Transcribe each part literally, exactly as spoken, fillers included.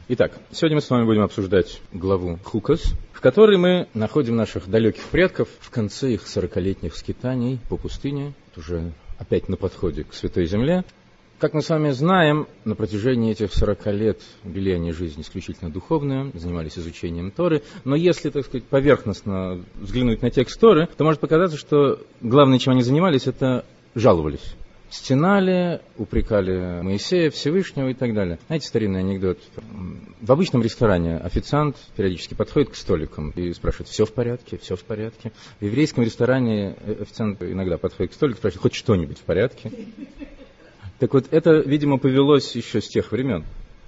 Итак, сегодня мы с вами будем обсуждать главу Хукас, в которой мы находим наших далеких предков в конце их сорокалетних скитаний по пустыне, уже опять на подходе к Святой Земле. Как мы с вами знаем, на протяжении этих сорока лет вели они жизнь исключительно духовную, занимались изучением Торы, но если, так сказать, поверхностно взглянуть на текст Торы, то может показаться, что главное, чем они занимались, это жаловались. Стенали, упрекали Моисея, Всевышнего и так далее. Знаете старинный анекдот? В обычном ресторане официант периодически подходит к столикам и спрашивает: все в порядке, все в порядке. В еврейском ресторане официант иногда подходит к столику и спрашивает: хоть что-нибудь в порядке. Так вот, это, видимо, повелось еще с тех времен.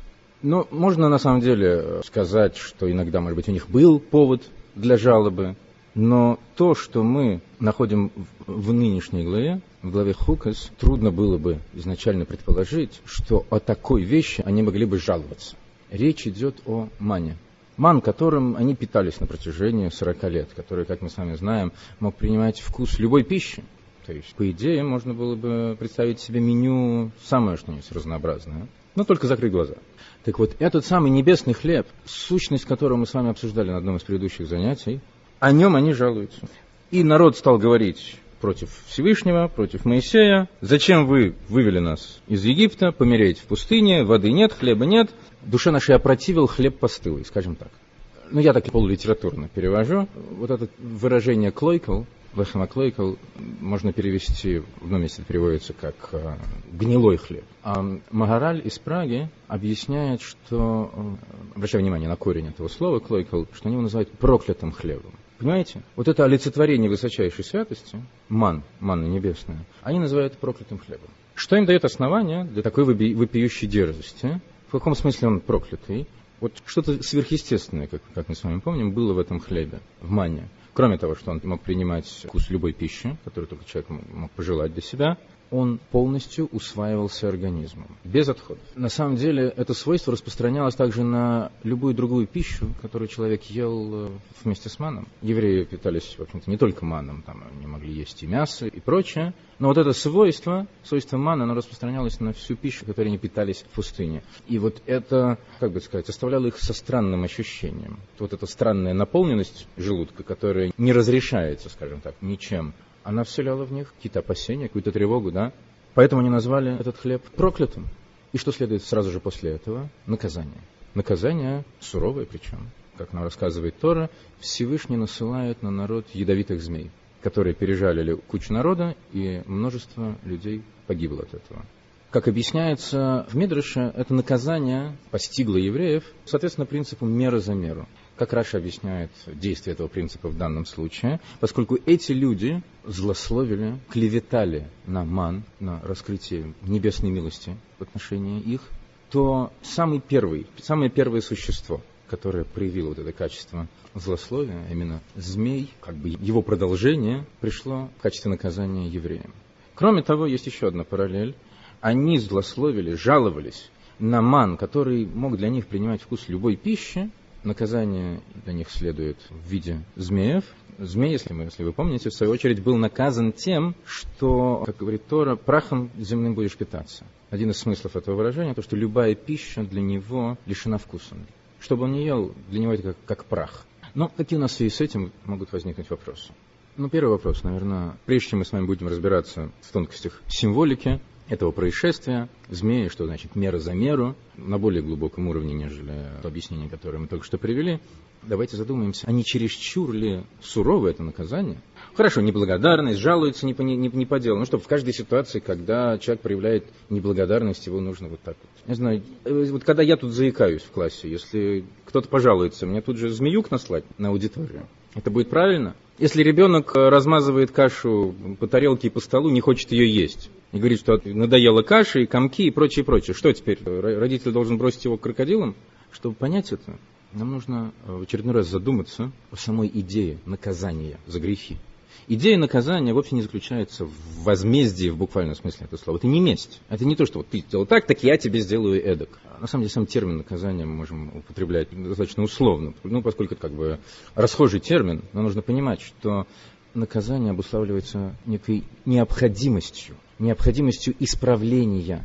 Но можно на самом деле сказать, что иногда, может быть, у них был повод для жалобы, но то, что мы находим в нынешней главе, в главе Хукас, трудно было бы изначально предположить, что о такой вещи они могли бы жаловаться. Речь идет о мане. Ман, которым они питались на протяжении сорока лет, который, как мы с вами знаем, мог принимать вкус любой пищи. То есть, по идее, можно было бы представить себе меню самое что-нибудь разнообразное, но только закрыть глаза. Так вот, этот самый небесный хлеб, сущность которого мы с вами обсуждали на одном из предыдущих занятий, о нем они жалуются. И народ стал говорить против Всевышнего, против Моисея: зачем вы вывели нас из Египта, помереть в пустыне, воды нет, хлеба нет, душе нашей опротивил хлеб постылый, скажем так. Ну, я так и полулитературно перевожу. Вот это выражение «клойкал», «лехемаклойкал» можно перевести, в одном месте переводится как э, «гнилой хлеб». А Магараль из Праги объясняет, что, э, обращая внимание на корень этого слова «клойкал», что они его называют проклятым хлебом. Понимаете? Вот это олицетворение высочайшей святости, ман, манна небесная, они называют проклятым хлебом. Что им дает основание для такой вопиющей дерзости? В каком смысле он проклятый? Вот что-то сверхъестественное, как, как мы с вами помним, было в этом хлебе, в манне. Кроме того, что он мог принимать вкус любой пищи, которую только человек мог пожелать для себя, он полностью усваивался организмом, без отходов. На самом деле, это свойство распространялось также на любую другую пищу, которую человек ел вместе с маном. Евреи питались, в общем-то, не только маном, там они могли есть и мясо, и прочее. Но вот это свойство, свойство мана, оно распространялось на всю пищу, которой они питались в пустыне. И вот это, как бы сказать, оставляло их со странным ощущением. Вот эта странная наполненность желудка, которая не разрешается, скажем так, ничем, она вселяла в них какие-то опасения, какую-то тревогу, да? Поэтому они назвали этот хлеб проклятым. И что следует сразу же после этого? Наказание. Наказание суровое причем. Как нам рассказывает Тора, Всевышний насылает на народ ядовитых змей, которые пережалили кучу народа, и множество людей погибло от этого. Как объясняется в Мидраше, это наказание постигло евреев, соответственно, принципу меры за меру. Как Раши объясняет действие этого принципа в данном случае, поскольку эти люди злословили, клеветали на ман, на раскрытие небесной милости в отношении их, то самый первый, самое первое существо, которое проявило вот это качество злословия, именно змей, как бы его продолжение, пришло в качестве наказания евреям. Кроме того, есть еще одна параллель. Они злословили, жаловались на ман, который мог для них принимать вкус любой пищи. Наказание для них следует в виде змеев. Змей, если, мы, если вы помните, в свою очередь был наказан тем, что, как говорит Тора, прахом земным будешь питаться. Один из смыслов этого выражения, то, что любая пища для него лишена вкуса. Чтобы он не ел, для него это как, как прах. Но какие у нас в связи с этим могут возникнуть вопросы? Ну, первый вопрос, наверное, прежде чем мы с вами будем разбираться в тонкостях символики этого происшествия, змеи, что значит мера за меру, на более глубоком уровне, нежели то объяснение, которое мы только что привели, давайте задумаемся, а не чересчур ли суровое это наказание? Хорошо, неблагодарность, жалуется не по, не, не по делу. Ну что, в каждой ситуации, когда человек проявляет неблагодарность, его нужно вот так вот. Не знаю, вот когда я тут заикаюсь в классе, если кто-то пожалуется, мне тут же змеюк наслать на аудиторию. Это будет правильно? Если ребенок размазывает кашу по тарелке и по столу, не хочет ее есть, и говорит, что надоела каша и комки и прочее, прочее, что теперь? Родитель должен бросить его к крокодилам? Чтобы понять это, нам нужно в очередной раз задуматься о самой идее наказания за грехи. Идея наказания вовсе не заключается в возмездии в буквальном смысле этого слова. Это не месть. Это не то, что вот ты сделал так, так я тебе сделаю эдак. На самом деле сам термин наказания мы можем употреблять достаточно условно. Ну, поскольку это как бы расхожий термин, но нужно понимать, что наказание обуславливается некой необходимостью, необходимостью исправления,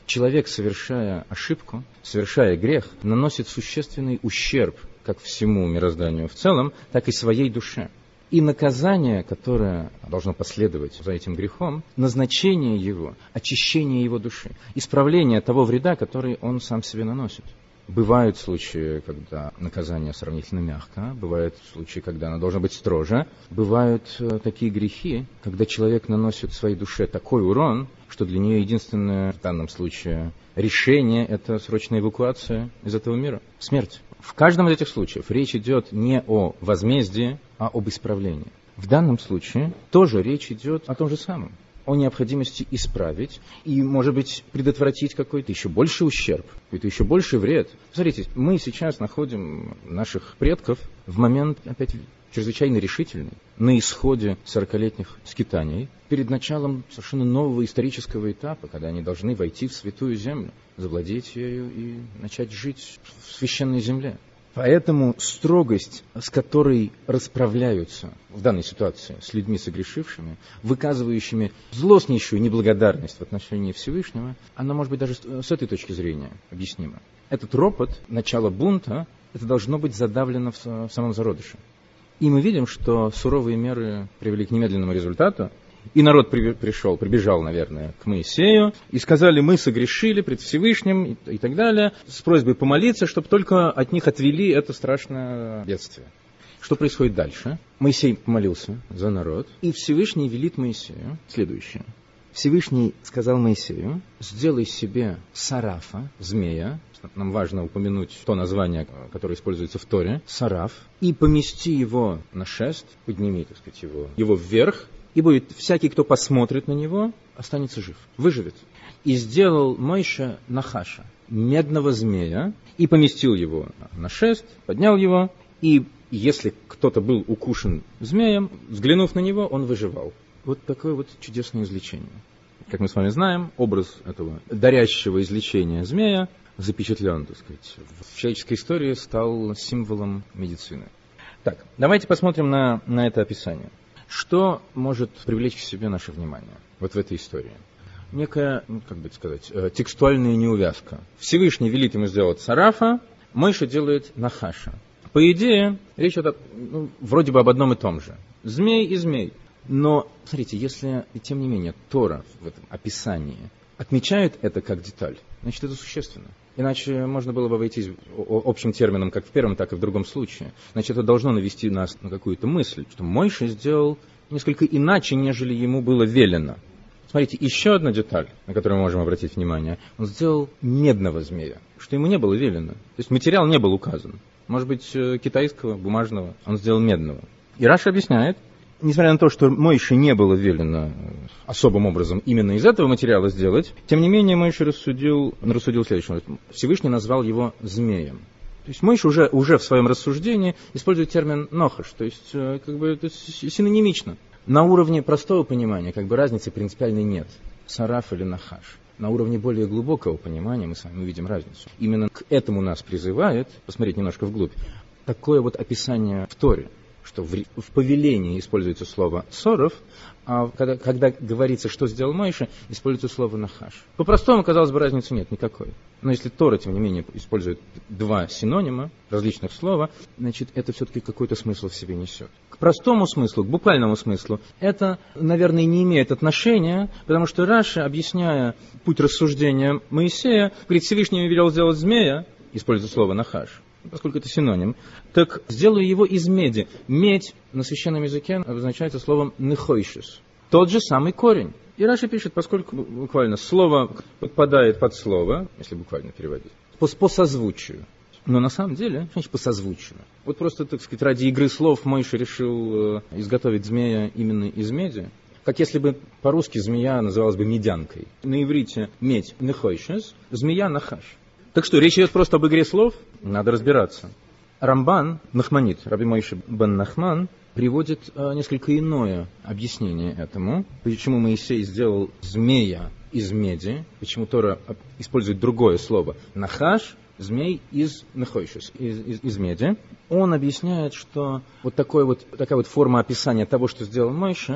Человек, совершая ошибку, совершая грех, наносит существенный ущерб как всему мирозданию в целом, так и своей душе. И наказание, которое должно последовать за этим грехом, назначение его, очищение его души, исправление того вреда, который он сам себе наносит. Бывают случаи, когда наказание сравнительно мягко, бывают случаи, когда оно должно быть строже, бывают э, такие грехи, когда человек наносит своей душе такой урон, что для нее единственное в данном случае решение – это срочная эвакуация из этого мира, смерть. В каждом из этих случаев речь идет не о возмездии, а об исправлении. В данном случае тоже речь идет о том же самом. О необходимости исправить и, может быть, предотвратить какой-то еще больший ущерб, какой-то еще больший вред. Смотрите, мы сейчас находим наших предков в момент, опять, чрезвычайно решительный, на исходе сорокалетних скитаний, перед началом совершенно нового исторического этапа, когда они должны войти в Святую Землю, завладеть ею и начать жить в священной земле. Поэтому строгость, с которой расправляются в данной ситуации с людьми согрешившими, выказывающими злостнейшую неблагодарность в отношении Всевышнего, она может быть даже с этой точки зрения объяснима. Этот ропот, начало бунта, это должно быть задавлено в самом зародыше. И мы видим, что суровые меры привели к немедленному результату. И народ при, пришел, прибежал, наверное, к Моисею, и сказали: мы согрешили пред Всевышним, и, и так далее, с просьбой помолиться, чтобы только от них отвели это страшное бедствие. Что происходит дальше? Моисей помолился за народ, и Всевышний велит Моисею следующее. Всевышний сказал Моисею: сделай себе сарафа, змея, нам важно упомянуть то название, которое используется в Торе, сараф, и помести его на шест, подними, так сказать, его, его вверх, и будет всякий, кто посмотрит на него, останется жив, выживет. И сделал Мойше нахаша, медного змея, и поместил его на шест, поднял его, и если кто-то был укушен змеем, взглянув на него, он выживал. Вот такое вот чудесное излечение. Как мы с вами знаем, образ этого дарящего излечения змея запечатлен, так сказать, в человеческой истории, стал символом медицины. Так, давайте посмотрим на, на это описание. Что может привлечь к себе наше внимание вот в этой истории? Некая, ну, как бы сказать, текстуальная неувязка. Всевышний велит ему сделать сарафа, Мойше делает нахаша. По идее, речь идет, ну, вроде бы об одном и том же. Змей и змей. Но, смотрите, если, тем не менее, Тора в этом описании отмечает это как деталь, значит, это существенно. Иначе можно было бы обойтись общим термином как в первом, так и в другом случае. Значит, это должно навести нас на какую-то мысль, что Мойше сделал несколько иначе, нежели ему было велено. Смотрите, еще одна деталь, на которую мы можем обратить внимание. Он сделал медного змея, что ему не было велено. То есть материал не был указан. Может быть, китайского, бумажного. Он сделал медного. И Раши объясняет, несмотря на то, что Мойше не было велено особым образом именно из этого материала сделать, тем не менее Мойше рассудил, рассудил следующее. Всевышний назвал его змеем. То есть Мойше уже, уже в своем рассуждении использует термин нохаш, то есть как бы это синонимично. На уровне простого понимания как бы разницы принципиальной нет. Сараф или нахаш. На уровне более глубокого понимания мы с вами увидим разницу. Именно к этому нас призывает, посмотреть немножко вглубь, такое вот описание в Торе, что в, в повелении используется слово «соров», а когда, когда говорится, что сделал Мойше, используется слово «нахаш». По-простому, казалось бы, разницы нет никакой. Но если Тора, тем не менее, использует два синонима различных слова, значит, это все-таки какой-то смысл в себе несет. К простому смыслу, к буквальному смыслу, это, наверное, не имеет отношения, потому что Раши, объясняя путь рассуждения Моисея, говорит: Всевышний велел сделать змея, используя слово «нахаш», поскольку это синоним, так сделаю его из меди. Медь на священном языке обозначается словом «нехойшис». Тот же самый корень. И Раши пишет, поскольку буквально слово подпадает под слово, если буквально переводить, по, по созвучию. Но на самом деле, что значит по созвучию? Вот просто, так сказать, ради игры слов Мойше решил э, изготовить змея именно из меди. Как если бы по-русски змея называлась бы медянкой. На иврите медь «нехойшис», змея «нахаш». Так что, речь идет просто об игре слов? Надо разбираться. Рамбан, Нахманит, Раби Мойше бен Нахман, приводит э, несколько иное объяснение этому. Почему Моисей сделал змея из меди, почему Тора использует другое слово «нахаш», змей из нехойшис, из, из, из меди. Он объясняет, что вот, такой вот такая вот форма описания того, что сделал Мойше,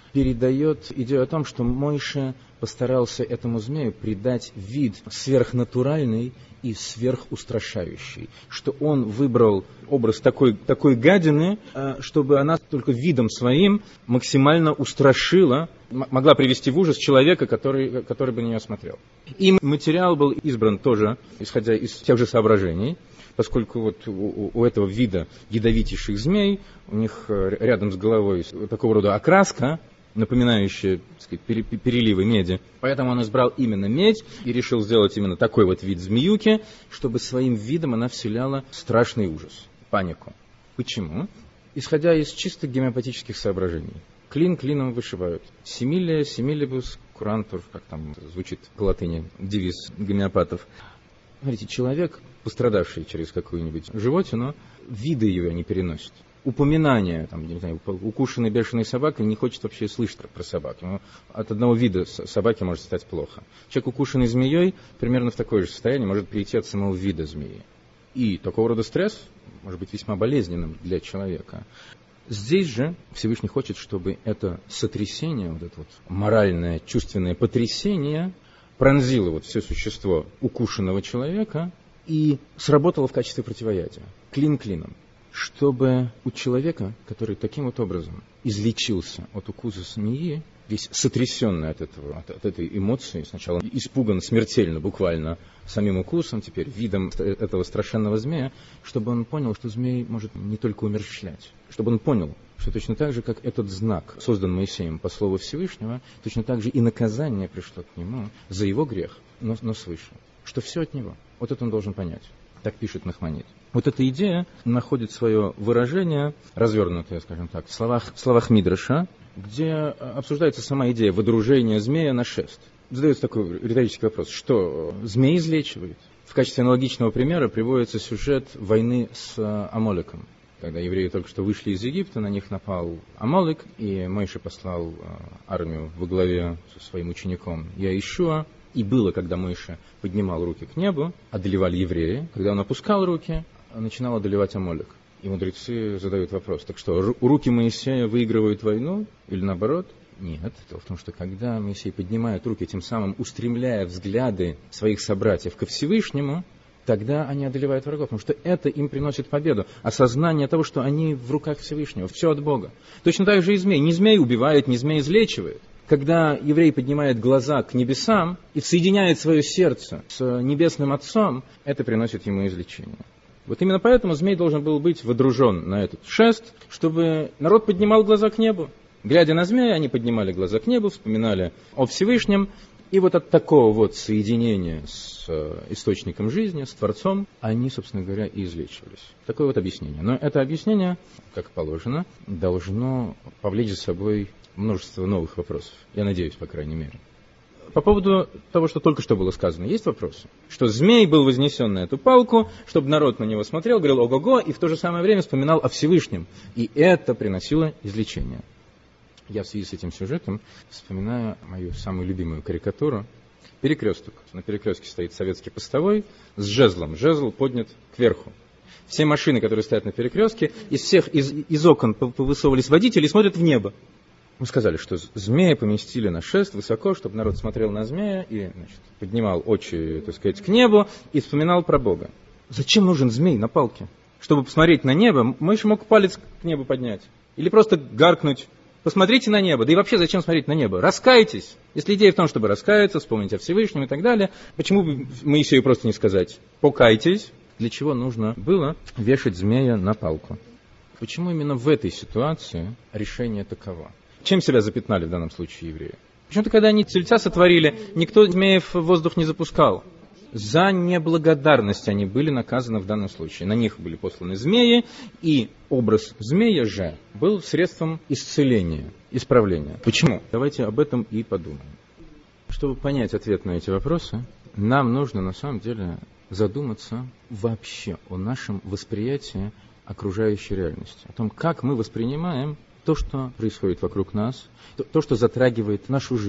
передает идею о том, что Мойше постарался этому змею придать вид сверхнатуральный и сверхустрашающий, что он выбрал образ такой, такой гадины, чтобы она только видом своим максимально устрашила, могла привести в ужас человека, который, который бы на нее смотрел. И материал был избран тоже, исходя из тех же соображений, поскольку вот у, у этого вида ядовитейших змей, у них рядом с головой такого рода окраска, напоминающая, так сказать, переливы меди. Поэтому он избрал именно медь и решил сделать именно такой вот вид змеюки, чтобы своим видом она вселяла страшный ужас, панику. Почему? Исходя из чисто гомеопатических соображений. Клин клином вышибают. Симилия, симилибус, курантур, как там звучит по латыни девиз гомеопатов. Смотрите, человек, пострадавший через какую-нибудь животину, виды ее не переносит. Упоминание, там, не знаю, укушенной бешеной собакой не хочет вообще слышать про собак. Ему от одного вида собаки может стать плохо. Человек, укушенный змеей, примерно в такое же состояние может перейти от самого вида змеи. И такого рода стресс может быть весьма болезненным для человека. Здесь же Всевышний хочет, чтобы это сотрясение, вот это вот моральное, чувственное потрясение пронзило вот все существо укушенного человека и сработало в качестве противоядия. Клин клином. Чтобы у человека, который таким вот образом излечился от укуса змеи, весь сотрясенный от, этого, от, от этой эмоции, сначала испуган смертельно, буквально, самим укусом, теперь видом этого страшенного змея, чтобы он понял, что змей может не только умерщвлять, чтобы он понял, что точно так же, как этот знак создан Моисеем по слову Всевышнего, точно так же и наказание пришло к нему за его грех, но, но свыше, что все от него. Вот это он должен понять. Так пишет Нахманид. Вот эта идея находит свое выражение, развернутое, скажем так, в словах, в словах Мидраша, где обсуждается сама идея водружения змея на шест. Задается такой риторический вопрос, что змей излечивает? В качестве аналогичного примера приводится сюжет войны с Амолеком. Когда евреи только что вышли из Египта, на них напал Амолек, и Мойше послал армию во главе со своим учеником Яишуа. И было, когда Мойше поднимал руки к небу, одолевали евреи. Когда он опускал руки, начинал одолевать Амолек. И мудрецы задают вопрос, так что, руки Моисея выигрывают войну или наоборот? Нет. Дело в том, что когда Моисей поднимает руки, тем самым устремляя взгляды своих собратьев ко Всевышнему, тогда они одолевают врагов, потому что это им приносит победу. Осознание того, что они в руках Всевышнего, все от Бога. Точно так же и змей. Не змей убивает, не змей излечивает. Когда еврей поднимает глаза к небесам и соединяет свое сердце с Небесным Отцом, это приносит ему излечение. Вот именно поэтому змей должен был быть водружен на этот шест, чтобы народ поднимал глаза к небу. Глядя на змея, они поднимали глаза к небу, вспоминали о Всевышнем, и вот от такого вот соединения с источником жизни, с Творцом, они, собственно говоря, и излечивались. Такое вот объяснение. Но это объяснение, как положено, должно повлечь за собой множество новых вопросов. Я надеюсь, по крайней мере. По поводу того, что только что было сказано, есть вопросы? Что змей был вознесен на эту палку, чтобы народ на него смотрел, говорил ого-го, и в то же самое время вспоминал о Всевышнем. И это приносило излечение. Я в связи с этим сюжетом вспоминаю мою самую любимую карикатуру. Перекресток. На перекрестке стоит советский постовой с жезлом. Жезл поднят кверху. Все машины, которые стоят на перекрестке, из всех из, из окон повысовывались водители и смотрят в небо. Мы сказали, что змея поместили на шест высоко, чтобы народ смотрел на змея и, значит, поднимал очи, так сказать, к небу и вспоминал про Бога. Зачем нужен змей на палке? Чтобы посмотреть на небо, Мойше мог палец к небу поднять. Или просто гаркнуть. Посмотрите на небо. Да и вообще, зачем смотреть на небо? Раскайтесь. Если идея в том, чтобы раскаяться, вспомнить о Всевышнем и так далее, почему бы Моисею просто не сказать «покайтесь»? Для чего нужно было вешать змея на палку? Почему именно в этой ситуации решение таково? Чем себя запятнали в данном случае евреи? Почему-то, когда они тельца сотворили, никто змеев в воздух не запускал. За неблагодарность они были наказаны в данном случае. На них были посланы змеи, и образ змея же был средством исцеления, исправления. Почему? Давайте об этом и подумаем. Чтобы понять ответ на эти вопросы, нам нужно на самом деле задуматься вообще о нашем восприятии окружающей реальности. О том, как мы воспринимаем то, что происходит вокруг нас, то, что затрагивает нашу жизнь.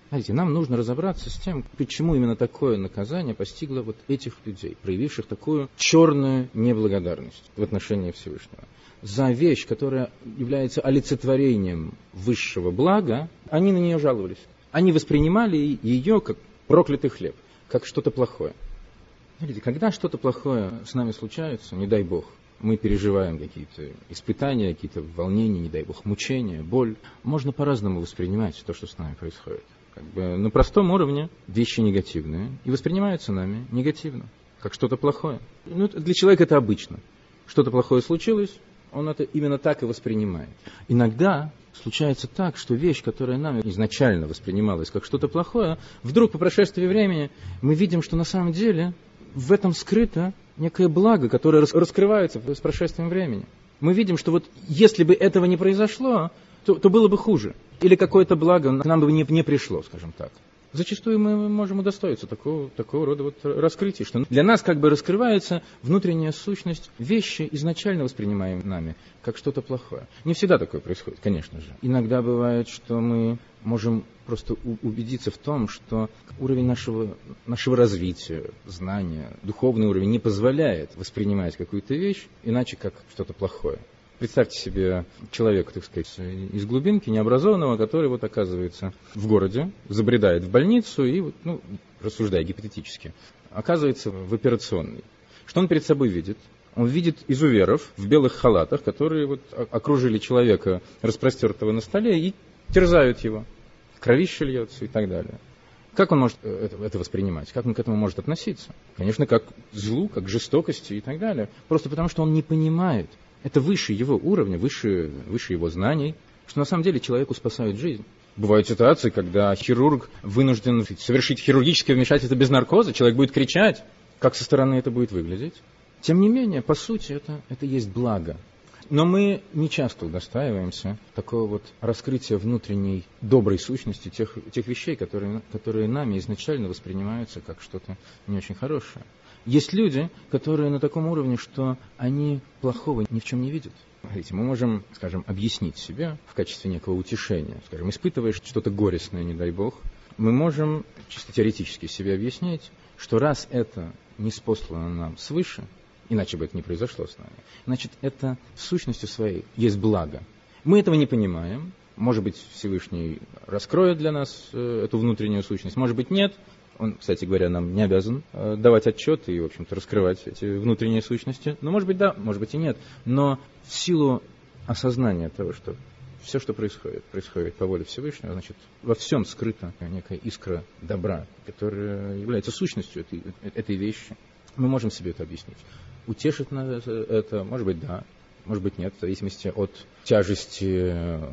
Знаете, нам нужно разобраться с тем, почему именно такое наказание постигло вот этих людей, проявивших такую черную неблагодарность в отношении Всевышнего. За вещь, которая является олицетворением высшего блага, они на нее жаловались. Они воспринимали ее как проклятый хлеб, как что-то плохое. Смотрите, когда что-то плохое с нами случается, не дай Бог, мы переживаем какие-то испытания, какие-то волнения, не дай Бог, мучения, боль, можно по-разному воспринимать то, что с нами происходит. Как бы на простом уровне вещи негативные и воспринимаются нами негативно, как что-то плохое. Ну, для человека это обычно. Что-то плохое случилось, он это именно так и воспринимает. Иногда случается так, что вещь, которая нами изначально воспринималась как что-то плохое, вдруг по прошествии времени мы видим, что на самом деле в этом скрыто некое благо, которое раскрывается с прошествием времени. Мы видим, что вот если бы этого не произошло, то, то было бы хуже. Или какое-то благо к нам бы не, не пришло, скажем так. Зачастую мы можем удостоиться такого, такого рода вот раскрытия, что для нас как бы раскрывается внутренняя сущность вещи, изначально воспринимаемые нами как что-то плохое. Не всегда такое происходит, конечно же. Иногда бывает, что мы можем просто у- убедиться в том, что уровень нашего, нашего развития, знания, духовный уровень не позволяет воспринимать какую-то вещь иначе как что-то плохое. Представьте себе человека, так сказать, из глубинки, необразованного, который вот оказывается в городе, забредает в больницу и, вот, ну, рассуждая гипотетически, оказывается в операционной. Что он перед собой видит? Он видит изуверов в белых халатах, которые вот окружили человека, распростертого на столе, и терзают его. Кровище льется и так далее. Как он может это, это воспринимать? Как он к этому может относиться? Конечно, как к злу, как к жестокости и так далее. Просто потому, что он не понимает. Это выше его уровня, выше, выше его знаний, что на самом деле человеку спасают жизнь. Бывают ситуации, когда хирург вынужден совершить хирургическое вмешательство без наркоза, человек будет кричать. Как со стороны это будет выглядеть? Тем не менее, по сути, это, это есть благо. Но мы не часто удостаиваемся такого вот раскрытия внутренней доброй сущности тех, тех вещей, которые, которые нами изначально воспринимаются как что-то не очень хорошее. Есть люди, которые на таком уровне, что они плохого ни в чем не видят. Смотрите, мы можем, скажем, объяснить себе в качестве некого утешения, скажем, испытывая что-то горестное, не дай Бог, мы можем чисто теоретически себе объяснить, что раз это не спослано нам свыше, иначе бы это не произошло с нами, значит, это в сущности своей есть благо. Мы этого не понимаем, может быть, Всевышний раскроет для нас э, эту внутреннюю сущность, может быть, нет. Он, кстати говоря, нам не обязан э, давать отчет и, в общем-то, раскрывать эти внутренние сущности. Ну, может быть, да, может быть и нет. Но в силу осознания того, что все, что происходит, происходит по воле Всевышнего, значит, во всем скрыта некая искра добра, которая является сущностью этой, этой вещи. Мы можем себе это объяснить. Утешит нас это, может быть, да, может быть, нет, в зависимости от тяжести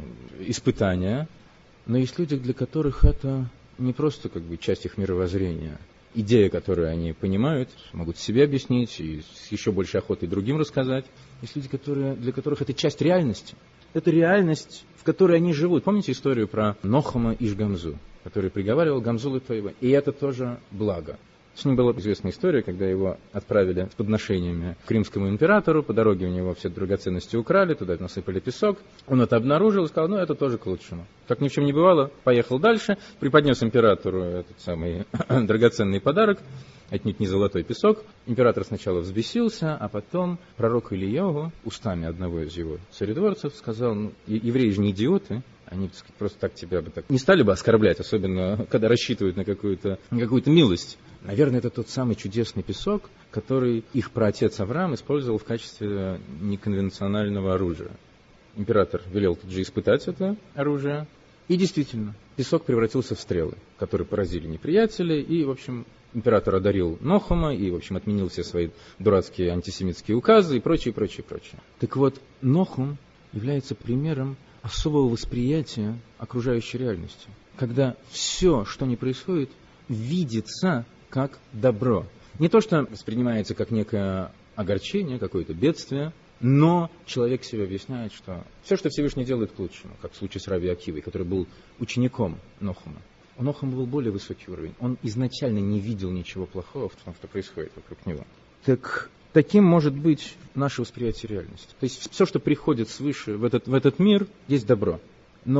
испытания. Но есть люди, для которых это не просто как бы часть их мировоззрения, идея, которую они понимают, могут себе объяснить и с еще большей охотой другим рассказать. Есть люди, которые, для которых это часть реальности. Это реальность, в которой они живут. Помните историю про Нохама иш Гамзу, который приговаривал Гамзу Литвоева? И это тоже благо. С ним была известная история, когда его отправили с подношениями к римскому императору, по дороге у него все драгоценности украли, туда насыпали песок. Он это обнаружил и сказал, ну это тоже к лучшему. Как ни в чем не бывало, поехал дальше, преподнес императору этот самый драгоценный подарок, отнюдь не золотой песок. Император сначала взбесился, а потом пророк Ильяху устами одного из его царедворцев сказал, ну, евреи же не идиоты, они, так сказать, просто так тебя бы так не стали бы оскорблять, особенно когда рассчитывают на какую-то, на какую-то милость. Наверное, это тот самый чудесный песок, который их праотец Авраам использовал в качестве неконвенционального оружия. Император велел тут же испытать это оружие. И действительно, песок превратился в стрелы, которые поразили неприятелей. И, в общем, император одарил Нохама и, в общем, отменил все свои дурацкие антисемитские указы и прочее, прочее, прочее. Так вот, Нохум является примером особого восприятия окружающей реальности. Когда все, что не происходит, видится как добро. Не то, что воспринимается как некое огорчение, какое-то бедствие, но человек себе объясняет, что все, что Всевышний делает, к лучшему, как в случае с Рави Акивой, который был учеником Нохума. У Нохума был более высокий уровень. Он изначально не видел ничего плохого в том, что происходит вокруг него. Так таким может быть наше восприятие реальности. То есть все, что приходит свыше в этот, в этот мир, есть добро. Но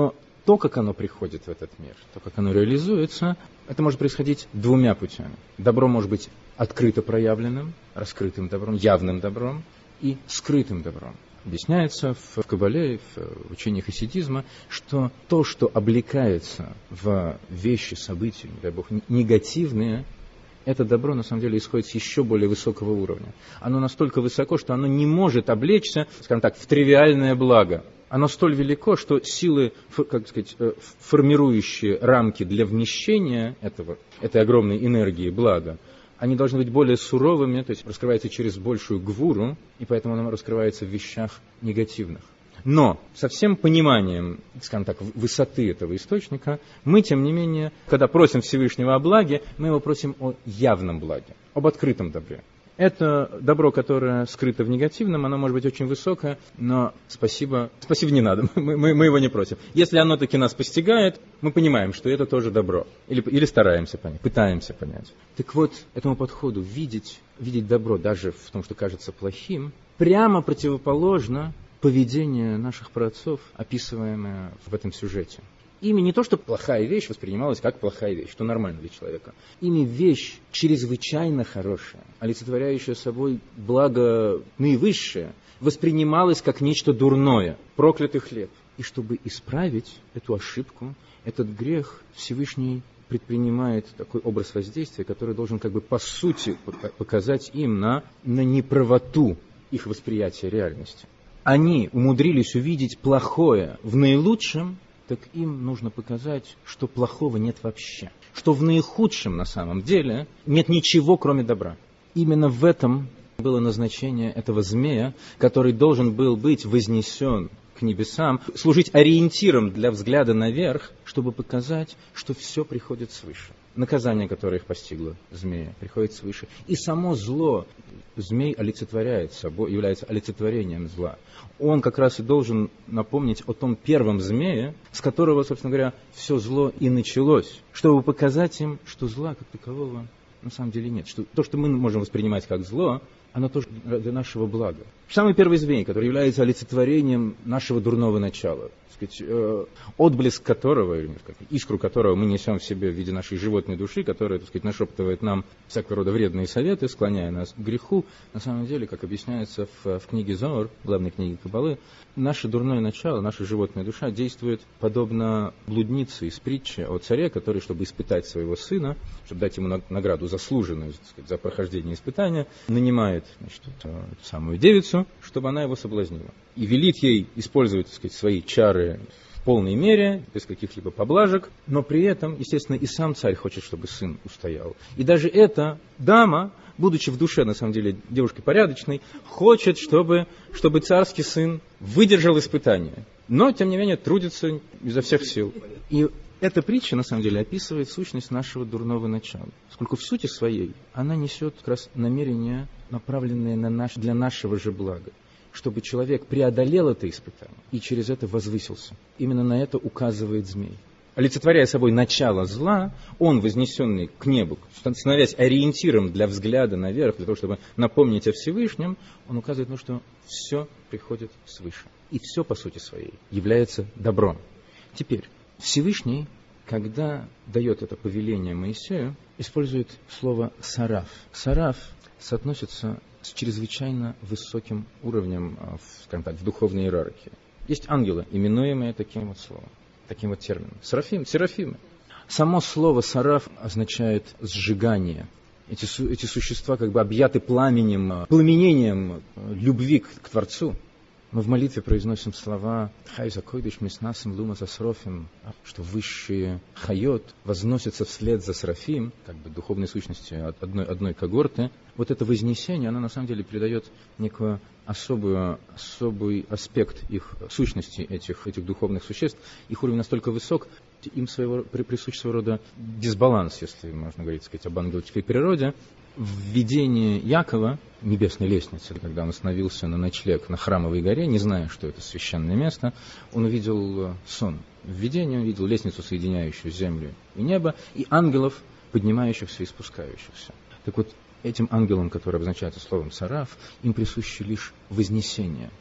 то, как оно приходит в этот мир, то, как оно реализуется, это может происходить двумя путями. Добро может быть открыто проявленным, раскрытым добром, явным добром и скрытым добром. Объясняется в Кабале, в учении хасидизма, что то, что облекается в вещи, события, не дай Бог, негативные, это добро, на самом деле, исходит с еще более высокого уровня. Оно настолько высоко, что оно не может облечься, скажем так, в тривиальное благо. Оно столь велико, что силы, как сказать, формирующие рамки для вмещения этого, этой огромной энергии блага, они должны быть более суровыми, то есть раскрывается через большую гвуру, и поэтому оно раскрывается в вещах негативных. Но со всем пониманием, скажем так, высоты этого источника, мы, тем не менее, когда просим Всевышнего о благе, мы его просим о явном благе, об открытом добре. Это добро, которое скрыто в негативном, оно может быть очень высокое, но спасибо, спасибо не надо, мы, мы, мы его не просим. Если оно таки нас постигает, мы понимаем, что это тоже добро. Или, или стараемся понять, пытаемся понять. Так вот, этому подходу видеть, видеть добро даже в том, что кажется плохим, прямо противоположно поведению наших праотцов, описываемое в этом сюжете. Ими не то, что плохая вещь воспринималась как плохая вещь, что нормально для человека. Ими вещь чрезвычайно хорошая, олицетворяющая собой благо наивысшее, воспринималась как нечто дурное, проклятый хлеб. И чтобы исправить эту ошибку, этот грех, Всевышний предпринимает такой образ воздействия, который должен как бы по сути показать им на, на неправоту их восприятия реальности. Они умудрились увидеть плохое в наилучшем, так им нужно показать, что плохого нет вообще. Что в наихудшем на самом деле нет ничего, кроме добра. Именно в этом было назначение этого змея, который должен был быть вознесен к небесам, служить ориентиром для взгляда наверх, чтобы показать, что все приходит свыше. Наказание, которое их постигло, змея, приходит свыше. И само зло, змей олицетворяет собой, является олицетворением зла. Он как раз и должен напомнить о том первом змее, с которого, собственно говоря, все зло и началось, чтобы показать им, что зла как такового на самом деле нет. Что то, что мы можем воспринимать как зло, оно тоже для нашего блага. Самый первый змей, который является олицетворением нашего дурного начала, так сказать, э, отблеск которого, или, как, искру которого мы несем в себе в виде нашей животной души, которая, так сказать, нашептывает нам всякого рода вредные советы, склоняя нас к греху, на самом деле, как объясняется в, в книге Зоар, главной книге Каббалы, наше дурное начало, наша животная душа действует подобно блуднице из притчи о царе, который, чтобы испытать своего сына, чтобы дать ему награду заслуженную, так сказать, за прохождение испытания, нанимает, значит, эту, эту самую девицу, чтобы она его соблазнила. И велит ей использовать, так сказать, свои чары в полной мере, без каких-либо поблажек, но при этом, естественно, и сам царь хочет, чтобы сын устоял. И даже эта дама, будучи в душе, на самом деле, девушкой порядочной, хочет, чтобы, чтобы царский сын выдержал испытание. Но, тем не менее, трудится изо всех сил. И эта притча, на самом деле, описывает сущность нашего дурного начала. Поскольку в сути своей она несет как раз намерения, направленные на наш, для нашего же блага. Чтобы человек преодолел это испытание и через это возвысился. Именно на это указывает змей. Олицетворяя собой начало зла, он, вознесенный к небу, становясь ориентиром для взгляда наверх, для того, чтобы напомнить о Всевышнем, он указывает на то, что все приходит свыше. И все, по сути своей, является добром. Теперь, Всевышний, когда дает это повеление Моисею, использует слово «сараф». «Сараф» соотносится с чрезвычайно высоким уровнем, скажем так, в духовной иерархии. Есть ангелы, именуемые таким вот словом, таким вот термином. Серафим, серафимы. Само слово «сараф» означает «сжигание». Эти, эти существа как бы объяты пламенем, пламенением любви к, к Творцу. Мы в молитве произносим слова «Хай закойдыш миснасим лума засрофим», что высшие хайот возносятся вслед за серафим, как бы духовной сущности одной, одной когорты. Вот это вознесение, оно на самом деле передает некую особую, особый аспект их сущности, этих, этих духовных существ. Их уровень настолько высок, им своего, присущ своего рода дисбаланс, если можно говорить, сказать, об ангельской природе. В видении Якова, небесной лестницы, когда он остановился на ночлег на Храмовой горе, не зная, что это священное место, он увидел сон. В видении он видел лестницу, соединяющую землю и небо, и ангелов, поднимающихся и спускающихся. Так вот, этим ангелам, которые обозначаются словом «сараф», им присуще лишь вознесение.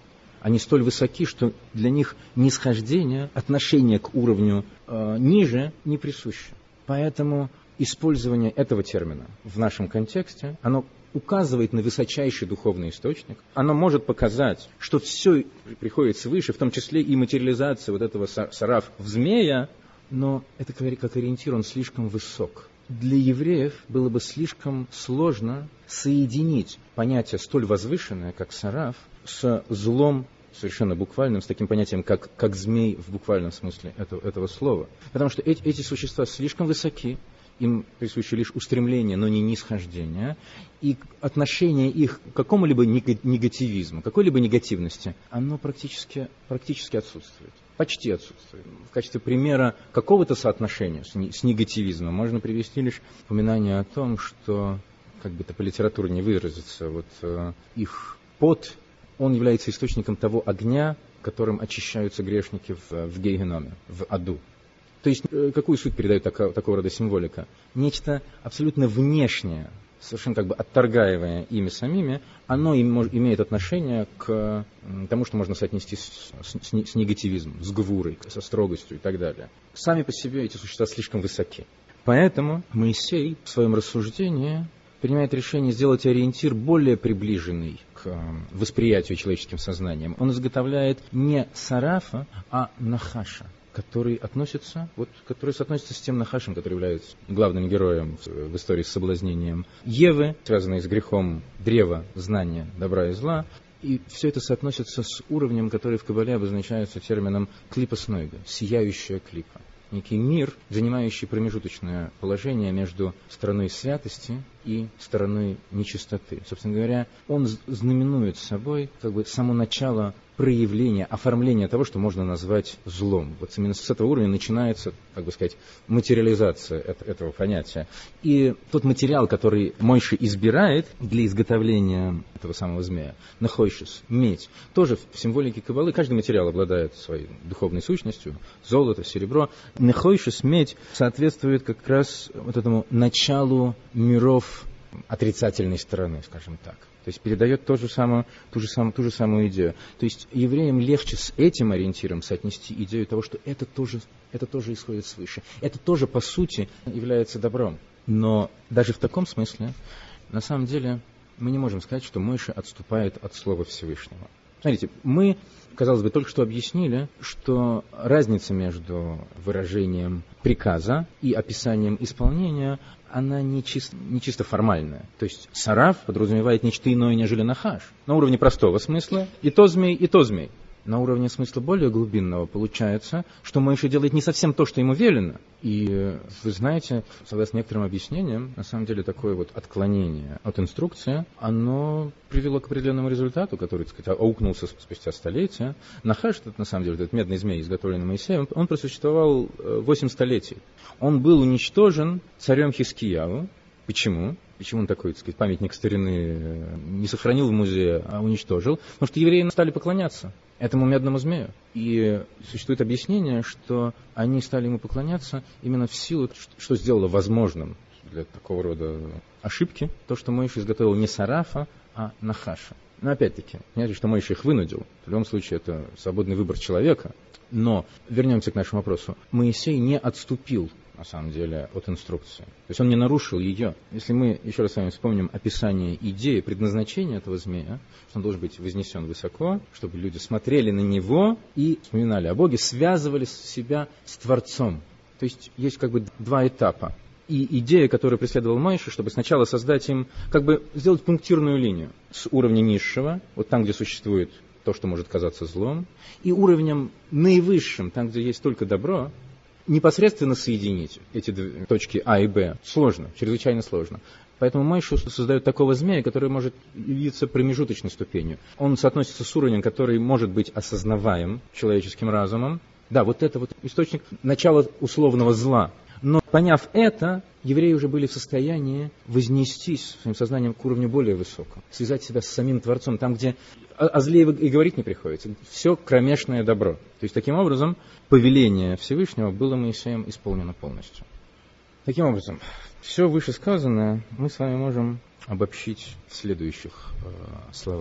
они столь высоки, что для них нисхождение, отношение к уровню э, ниже не присуще. Поэтому использование этого термина в нашем контексте, оно указывает на высочайший духовный источник. Оно может показать, что все приходит свыше, в том числе и материализация вот этого сараф в змея, но это как ориентир, он слишком высок. Для евреев было бы слишком сложно соединить понятие столь возвышенное, как сараф, с злом совершенно буквальным, с таким понятием, как, как змей в буквальном смысле этого, этого слова. Потому что эти, эти существа слишком высоки, им присуще лишь устремление, но не нисхождение, и отношение их к какому-либо негативизму, какой-либо негативности, оно практически, практически отсутствует. Почти отсутствует. В качестве примера какого-то соотношения с, с негативизмом можно привести лишь упоминание о том, что, как бы это по литературе не выразиться, вот э, их пот, он является источником того огня, которым очищаются грешники в, в гейгеноме, в аду. То есть, какую суть передает такого, такого рода символика? Нечто абсолютно внешнее, совершенно как бы отторгаемое ими самими, оно имеет отношение к тому, что можно соотнести с, с, с негативизмом, с гвурой, со строгостью и так далее. Сами по себе эти существа слишком высоки. Поэтому Моисей в своем рассуждении принимает решение сделать ориентир более приближенный к восприятию человеческим сознанием. Он изготовляет не сарафа, а нахаша, который относится, вот, который соотносится с тем нахашем, который является главным героем в, в истории с соблазнением Евы, связанной с грехом древа знания добра и зла. И все это соотносится с уровнем, который в Кабале обозначается термином клипа-снойга, сияющая клипа. Некий мир, занимающий промежуточное положение между стороной святости и стороной нечистоты. Собственно говоря, он знаменует собой как бы само начало проявления, оформления того, что можно назвать злом. Вот именно с этого уровня начинается, как бы сказать, материализация этого понятия. И тот материал, который Мойше избирает для изготовления этого самого змея, нахойшис, медь, тоже в символике Каббалы каждый материал обладает своей духовной сущностью, золото, серебро. Нахойшис, медь, соответствует как раз вот этому началу миров отрицательной стороны, скажем так. То есть передает ту же, самую, ту, же самую, ту же самую идею. То есть евреям легче с этим ориентиром соотнести идею того, что это тоже, это тоже исходит свыше. Это тоже, по сути, является добром. Но даже в таком смысле, на самом деле, мы не можем сказать, что Мойше отступает от слова Всевышнего. Смотрите, мы, казалось бы, только что объяснили, что разница между выражением приказа и описанием исполнения, она не чисто, не чисто формальная. То есть сараф подразумевает нечто иное, нежели нахаш. На уровне простого смысла и то змей, и то змей. На уровне смысла более глубинного получается, что Мойше делает не совсем то, что ему велено. И вы знаете, согласно некоторым объяснениям, на самом деле такое вот отклонение от инструкции, оно привело к определенному результату, который, так сказать, аукнулся спустя столетия. Нахаш, это, на самом деле, этот медный змей, изготовленный Моисеем, он просуществовал восемь столетий. Он был уничтожен царем Хискияву. Почему? Почему он такой, так сказать, памятник старины не сохранил в музее, а уничтожил? Потому что евреи стали поклоняться этому медному змею. И существует объяснение, что они стали ему поклоняться именно в силу, что сделало возможным для такого рода ошибки, то, что Мойше изготовил не сарафа, а нахаша. Но опять-таки, не значит, что Мойше их вынудил. В любом случае, это свободный выбор человека. Но вернемся к нашему вопросу. Моисей не отступил, на самом деле, от инструкции. То есть он не нарушил ее. Если мы еще раз с вами вспомним описание идеи, предназначения этого змея, что он должен быть вознесен высоко, чтобы люди смотрели на него и вспоминали о Боге, связывали себя с Творцом. То есть есть как бы два этапа. И идея, которую преследовал Мойше, чтобы сначала создать им, как бы сделать пунктирную линию с уровня низшего, вот там, где существует то, что может казаться злом, и уровнем наивысшим, там, где есть только добро, непосредственно соединить эти две точки А и Б сложно, чрезвычайно сложно. Поэтому Мойше создает такого змея, который может явиться промежуточной ступенью. Он соотносится с уровнем, который может быть осознаваем человеческим разумом. Да, вот это вот источник начала условного зла. Но поняв это, евреи уже были в состоянии вознестись своим сознанием к уровню более высокому, связать себя с самим Творцом, там, где о, о зле и говорить не приходится. Все кромешное добро. То есть, таким образом, повеление Всевышнего было Моисеем исполнено полностью. Таким образом, все вышесказанное мы с вами можем обобщить в следующих э, словах.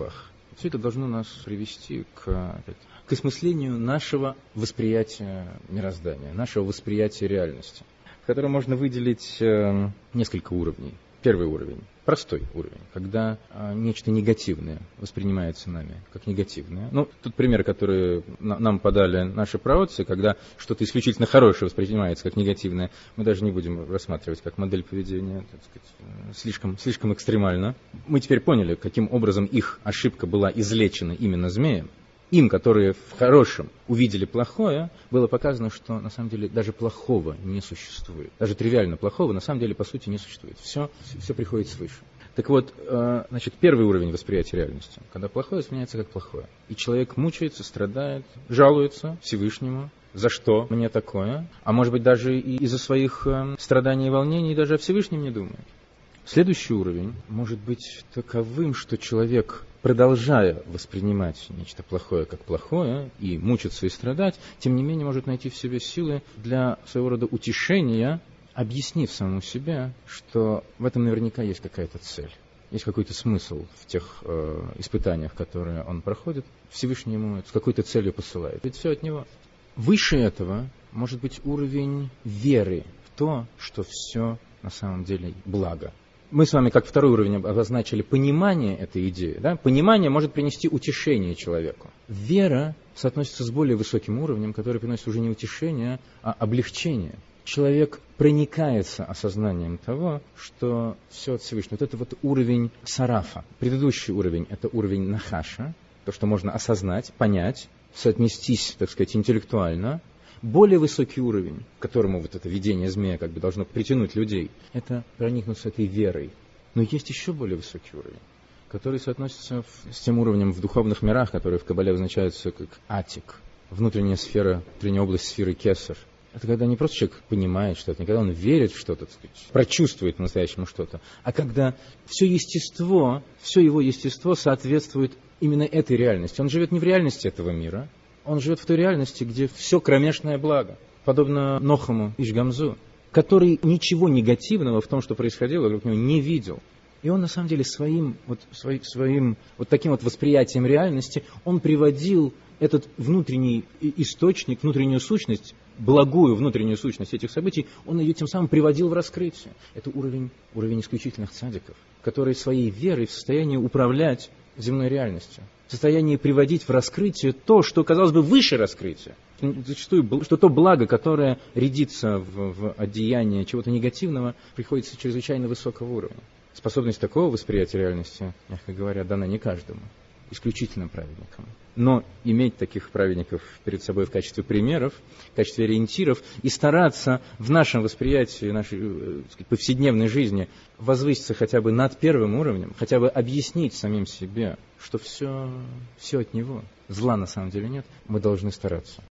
Все это должно нас привести к, опять, к осмыслению нашего восприятия мироздания, нашего восприятия реальности, в котором можно выделить э, несколько уровней. Первый уровень, простой уровень, когда э, нечто негативное воспринимается нами как негативное. Ну, тут пример, который на, нам подали наши праотцы, когда что-то исключительно хорошее воспринимается как негативное, мы даже не будем рассматривать как модель поведения, так сказать, слишком, слишком экстремально. Мы теперь поняли, каким образом их ошибка была излечена именно змеем. Им, которые в хорошем увидели плохое, было показано, что на самом деле даже плохого не существует. Даже тривиально плохого на самом деле по сути не существует. Все, все приходит свыше. Так вот, значит, первый уровень восприятия реальности, когда плохое воспринимается как плохое. И человек мучается, страдает, жалуется Всевышнему. За что мне такое? А может быть даже и из-за своих страданий и волнений даже о Всевышнем не думает. Следующий уровень может быть таковым, что человек, продолжая воспринимать нечто плохое как плохое и мучиться и страдать, тем не менее может найти в себе силы для своего рода утешения, объяснив самому себе, что в этом наверняка есть какая-то цель, есть какой-то смысл в тех э, испытаниях, которые он проходит. Всевышний ему с какой-то целью посылает. Ведь все от него. Выше этого может быть уровень веры в то, что все на самом деле благо. Мы с вами, как второй уровень, обозначили понимание этой идеи. Да? Понимание может принести утешение человеку. Вера соотносится с более высоким уровнем, который приносит уже не утешение, а облегчение. Человек проникается осознанием того, что все от Всевышнего. Вот это вот уровень сарафа. Предыдущий уровень – это уровень нахаша, то, что можно осознать, понять, соотнестись, так сказать, интеллектуально. Более высокий уровень, к которому вот это видение змея как бы должно притянуть людей, это проникнуться этой верой. Но есть еще более высокий уровень, который соотносится в, с тем уровнем в духовных мирах, которые в Кабале обозначаются как атик, внутренняя сфера, внутренняя область сферы кесар. Это когда не просто человек понимает что-то, не когда он верит в что-то, так сказать, прочувствует по-настоящему что-то, а когда все естество, все его естество соответствует именно этой реальности. Он живет не в реальности этого мира, он живет в той реальности, где все кромешное благо, подобно Нохаму Ишгамзу, который ничего негативного в том, что происходило вокруг него, не видел. И он на самом деле своим, вот, своим, своим вот таким вот восприятием реальности, он приводил этот внутренний источник, внутреннюю сущность, благую внутреннюю сущность этих событий, он ее тем самым приводил в раскрытие. Это уровень, уровень исключительных цадиков, которые своей верой в состоянии управлять земной реальностью, в состоянии приводить в раскрытие то, что, казалось бы, выше раскрытия. Зачастую, что то благо, которое рядится в, в одеяние чего-то негативного, приходится чрезвычайно высокого уровня. Способность такого восприятия реальности, мягко говоря, дана не каждому, исключительно праведникам. Но иметь таких праведников перед собой в качестве примеров, в качестве ориентиров и стараться в нашем восприятии, нашей так сказать, повседневной жизни возвыситься хотя бы над первым уровнем, хотя бы объяснить самим себе, что все, все от него, зла на самом деле нет, мы должны стараться.